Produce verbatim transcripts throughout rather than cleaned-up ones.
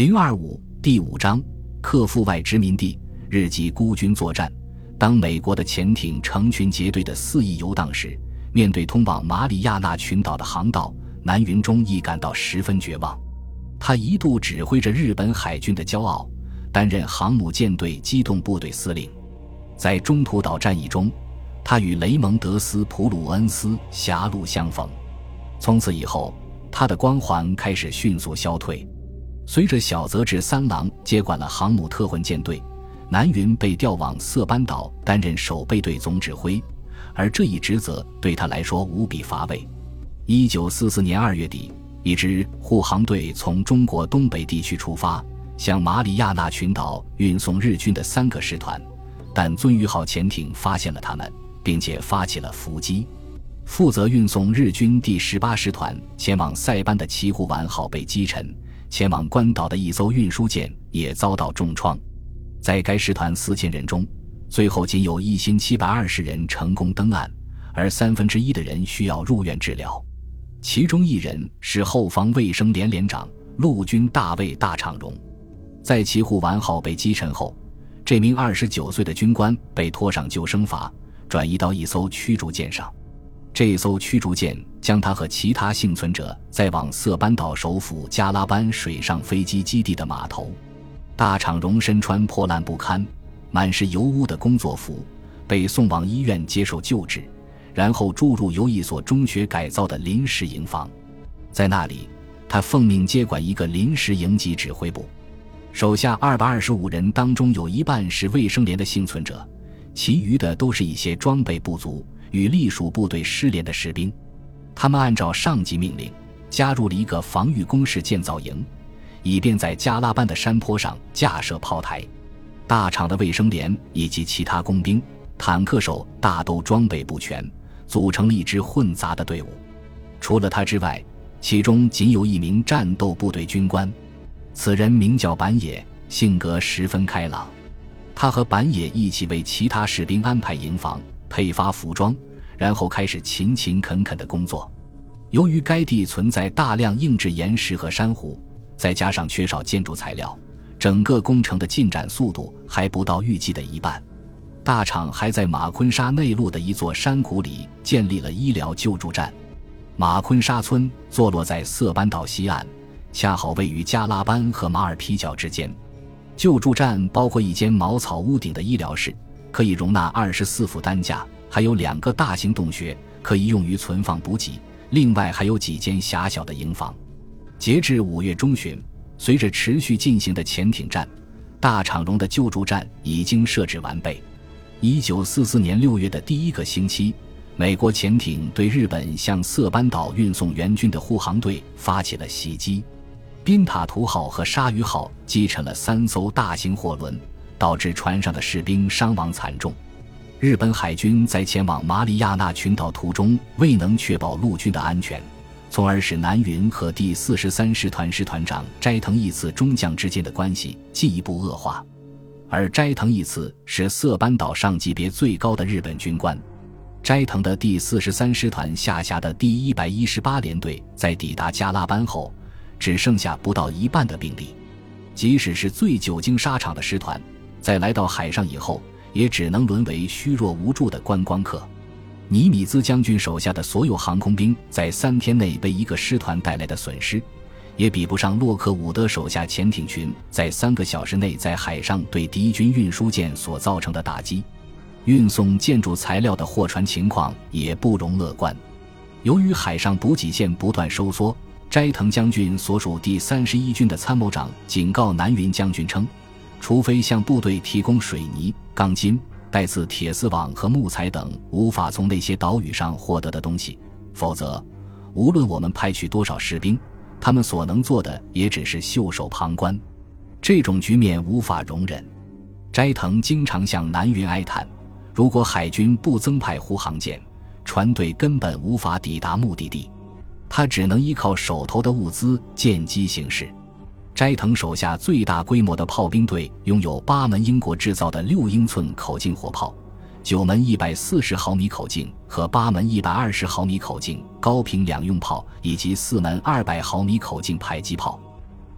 零二五第五章克附外殖民地，日记孤军作战。当美国的潜艇成群结队的肆意游荡时，面对通往马里亚纳群岛的航道，南云忠亦感到十分绝望。他一度指挥着日本海军的骄傲，担任航母舰队机动部队司令。在中途岛战役中，他与雷蒙德斯·普鲁恩斯狭路相逢。从此以后，他的光环开始迅速消退。随着小泽治三郎接管了航母特混舰队，南云被调往色班岛担任守备队总指挥，而这一职责对他来说无比乏味。一九四四年二月底，一支护航队从中国东北地区出发，向马里亚纳群岛运送日军的三个师团，但尊鱼号潜艇发现了他们，并且发起了伏击。负责运送日军第十八师团前往塞班的奇护丸号被击沉，前往关岛的一艘运输舰也遭到重创。在该师团四千人中，最后仅有一千七百二十人成功登岸，而三分之一的人需要入院治疗。其中一人是后方卫生连连长陆军大尉大场荣。在奇护丸号被击沉后，这名二十九岁的军官被拖上救生筏，转移到一艘驱逐舰上。这艘驱逐舰将他和其他幸存者载往色班岛首府加拉班水上飞机基地的码头。大场荣身穿破烂不堪、满是油污的工作服，被送往医院接受救治，然后注入由一所中学改造的临时营房。在那里，他奉命接管一个临时营级指挥部，手下二百二十五人当中有一半是卫生连的幸存者，其余的都是一些装备不足与隶属部队失联的士兵。他们按照上级命令加入了一个防御工事建造营，以便在加拉班的山坡上架设炮台。大厂的卫生连以及其他工兵、坦克手大都装备不全，组成了一支混杂的队伍。除了他之外，其中仅有一名战斗部队军官，此人名叫板野，性格十分开朗。他和板野一起为其他士兵安排营房、配发服装，然后开始勤勤恳恳的工作。由于该地存在大量硬质岩石和珊瑚，再加上缺少建筑材料，整个工程的进展速度还不到预计的一半。大厂还在马昆沙内陆的一座山谷里建立了医疗救助站。马昆沙村坐落在色班岛西岸，恰好位于加拉班和马尔皮角之间。救助站包括一间茅草屋顶的医疗室，可以容纳二十四副担架，还有两个大型洞穴，可以用于存放补给，另外还有几间狭小的营房。截至五月中旬，随着持续进行的潜艇战，大场荣的救助站已经设置完备。一九四四年六月的第一个星期，美国潜艇对日本向色班岛运送援军的护航队发起了袭击。宾塔图号和鲨鱼号击沉了三艘大型货轮，导致船上的士兵伤亡惨重。日本海军在前往马里亚纳群岛途中未能确保陆军的安全，从而使南云和第四十三师团师团长斋藤义次中将之间的关系进一步恶化。而斋藤义次是色班岛上级别最高的日本军官。斋藤的第四十三师团下辖的第一百一十八联队在抵达加拉班后，只剩下不到一半的兵力。即使是最久经沙场的师团，在来到海上以后，也只能沦为虚弱无助的观光客。尼米兹将军手下的所有航空兵在三天内为一个师团带来的损失，也比不上洛克伍德手下潜艇群在三个小时内在海上对敌军运输舰所造成的打击。运送建筑材料的货船情况也不容乐观。由于海上补给线不断收缩，斋藤将军所属第三十一军的参谋长警告南云将军称，除非向部队提供水泥、钢筋、带刺铁丝网和木材等无法从那些岛屿上获得的东西，否则无论我们派去多少士兵，他们所能做的也只是袖手旁观。这种局面无法容忍。斋藤经常向南云哀叹，如果海军不增派护航舰，船队根本无法抵达目的地，他只能依靠手头的物资见机行事。斋藤手下最大规模的炮兵队拥有八门英国制造的六英寸口径火炮，九门一百四十毫米口径和八门一百二十毫米口径高频两用炮，以及四门二百毫米口径迫击炮。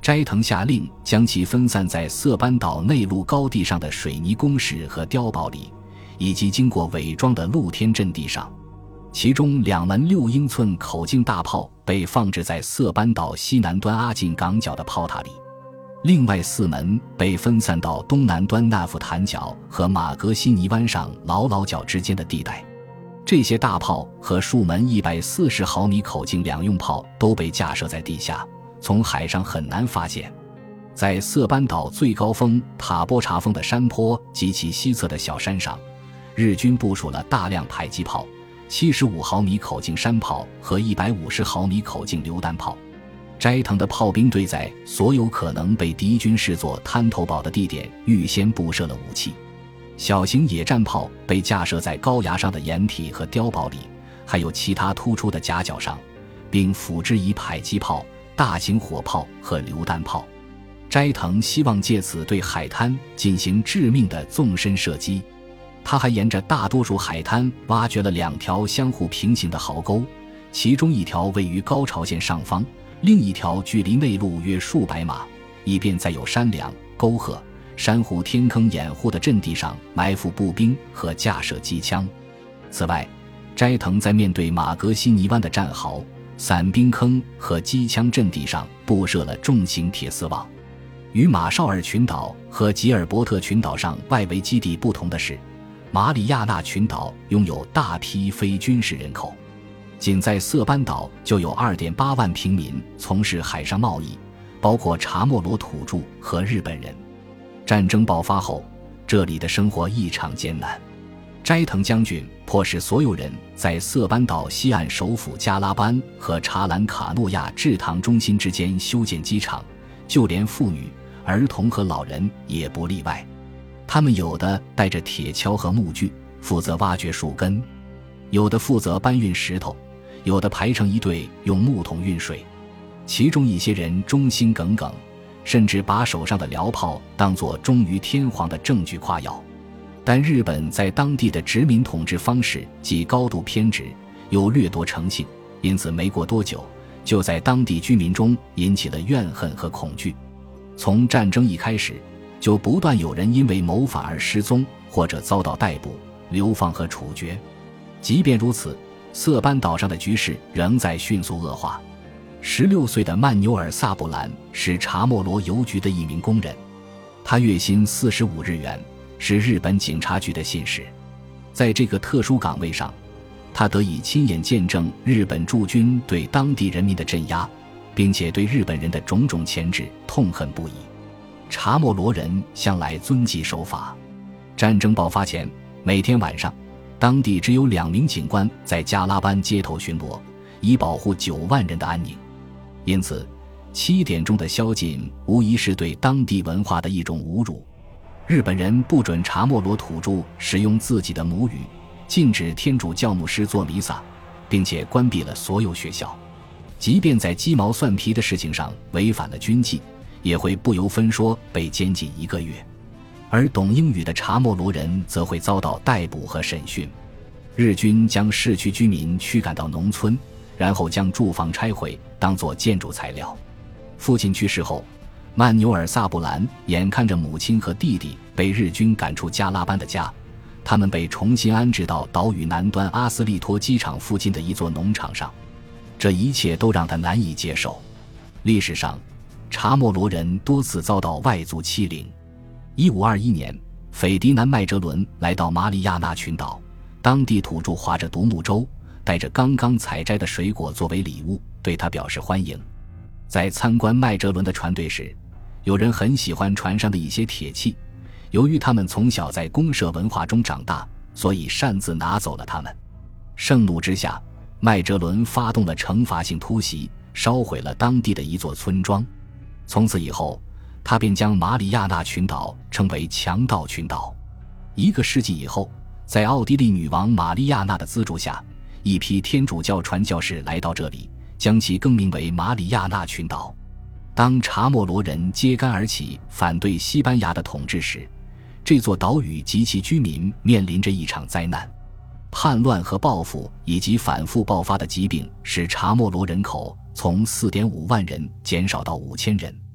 斋藤下令将其分散在色班岛内陆高地上的水泥工事和碉堡里，以及经过伪装的露天阵地上。其中两门六英寸口径大炮被放置在色班岛西南端阿进港角的炮塔里，另外四门被分散到东南端纳夫坦角和马格西尼湾上劳劳角之间的地带。这些大炮和数门一百四十毫米口径两用炮都被架设在地下，从海上很难发现。在色班岛最高峰塔波查峰的山坡及其西侧的小山上，日军部署了大量迫击炮、七十五毫米口径山炮和一百五十毫米口径榴弹炮。斋藤的炮兵队在所有可能被敌军视作滩头堡的地点预先布设了武器。小型野战炮被架设在高崖上的掩体和碉堡里，还有其他突出的夹角上，并辅之以迫击炮、大型火炮和榴弹炮。斋藤希望借此对海滩进行致命的纵深射击。他还沿着大多数海滩挖掘了两条相互平行的壕沟，其中一条位于高潮线上方，另一条距离内陆约数百码，以便在有山梁、沟壑、珊瑚天坑掩护的阵地上埋伏步兵和架设机枪。此外，斋藤在面对马格西尼湾的战壕、伞兵坑和机枪阵地上布设了重型铁丝网。与马绍尔群岛和吉尔伯特群岛上外围基地不同的是，马里亚纳群岛拥有大批非军事人口，仅在色班岛就有 二点八万平民从事海上贸易，包括查莫罗土著和日本人。战争爆发后，这里的生活异常艰难。斋藤将军迫使所有人在色班岛西岸首府加拉班和查兰卡诺亚制糖中心之间修建机场，就连妇女、儿童和老人也不例外。他们有的带着铁锹和木锯，负责挖掘树根；有的负责搬运石头；有的排成一队用木桶运水。其中一些人忠心耿耿，甚至把手上的燎炮当作忠于天皇的证据夸耀。但日本在当地的殖民统治方式既高度偏执，又掠夺成性，因此没过多久，就在当地居民中引起了怨恨和恐惧。从战争一开始，就不断有人因为谋反而失踪，或者遭到逮捕、流放和处决。即便如此，色班岛上的局势仍在迅速恶化。十六岁的曼纽尔·萨布兰是查莫罗邮局的一名工人，他月薪四十五日元，是日本警察局的信使。在这个特殊岗位上，他得以亲眼见证日本驻军对当地人民的镇压，并且对日本人的种种钳制痛恨不已。查莫罗人向来遵纪守法。战争爆发前，每天晚上，当地只有两名警官在加拉班街头巡逻，以保护九万人的安宁。因此，七点钟的宵禁无疑是对当地文化的一种侮辱。日本人不准查莫罗土著使用自己的母语，禁止天主教牧师做弥撒，并且关闭了所有学校。即便在鸡毛蒜皮的事情上违反了军纪，也会不由分说被监禁一个月。而懂英语的查莫罗人则会遭到逮捕和审讯。日军将市区居民驱赶到农村，然后将住房拆毁，当作建筑材料。父亲去世后，曼纽尔·萨布兰眼看着母亲和弟弟被日军赶出加拉班的家，他们被重新安置到岛屿南端阿斯利托机场附近的一座农场上。这一切都让他难以接受。历史上，查莫罗人多次遭到外族欺凌。一五二一年，斐迪南·麦哲伦来到马里亚纳群岛，当地土著划着独木舟，带着刚刚采摘的水果作为礼物，对他表示欢迎。在参观麦哲伦的船队时，有人很喜欢船上的一些铁器，由于他们从小在公社文化中长大，所以擅自拿走了它们。盛怒之下，麦哲伦发动了惩罚性突袭，烧毁了当地的一座村庄。从此以后，他便将马里亚纳群岛称为强盗群岛。一个世纪以后，在奥地利女王玛利亚娜的资助下，一批天主教传教士来到这里，将其更名为马里亚纳群岛。当查莫罗人揭竿而起反对西班牙的统治时，这座岛屿及其居民面临着一场灾难。叛乱和报复以及反复爆发的疾病使查莫罗人口从 四点五万人减少到五千人。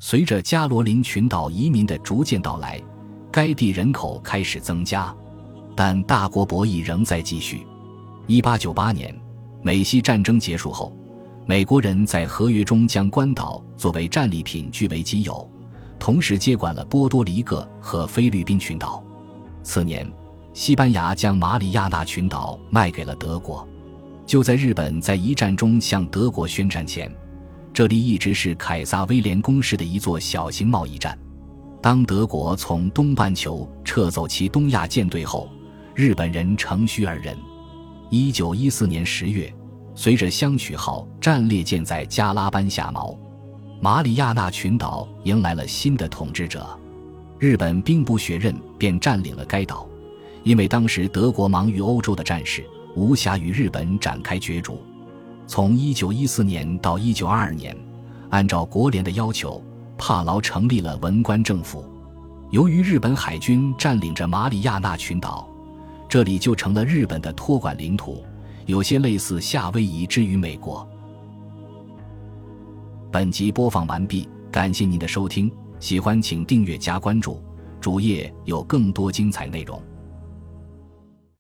随着加罗林群岛移民的逐渐到来，该地人口开始增加，但大国博弈仍在继续。一八九八年，美西战争结束后，美国人在合约中将关岛作为战利品据为己有，同时接管了波多黎各和菲律宾群岛。次年，西班牙将马里亚纳群岛卖给了德国。就在日本在一战中向德国宣战前，这里一直是凯撒威廉攻势的一座小型贸易站。当德国从东半球撤走其东亚舰队后，日本人乘虚而入。一九一四年十月，随着香取号战列舰在加拉班下锚，马里亚纳群岛迎来了新的统治者。日本兵不血刃便占领了该岛，因为当时德国忙于欧洲的战事，无暇与日本展开角逐。从一九一四年到一九二二年，按照国联的要求，帕劳成立了文官政府。由于日本海军占领着马里亚纳群岛，这里就成了日本的托管领土，有些类似夏威夷之于美国。本集播放完毕，感谢您的收听，喜欢请订阅加关注，主页有更多精彩内容。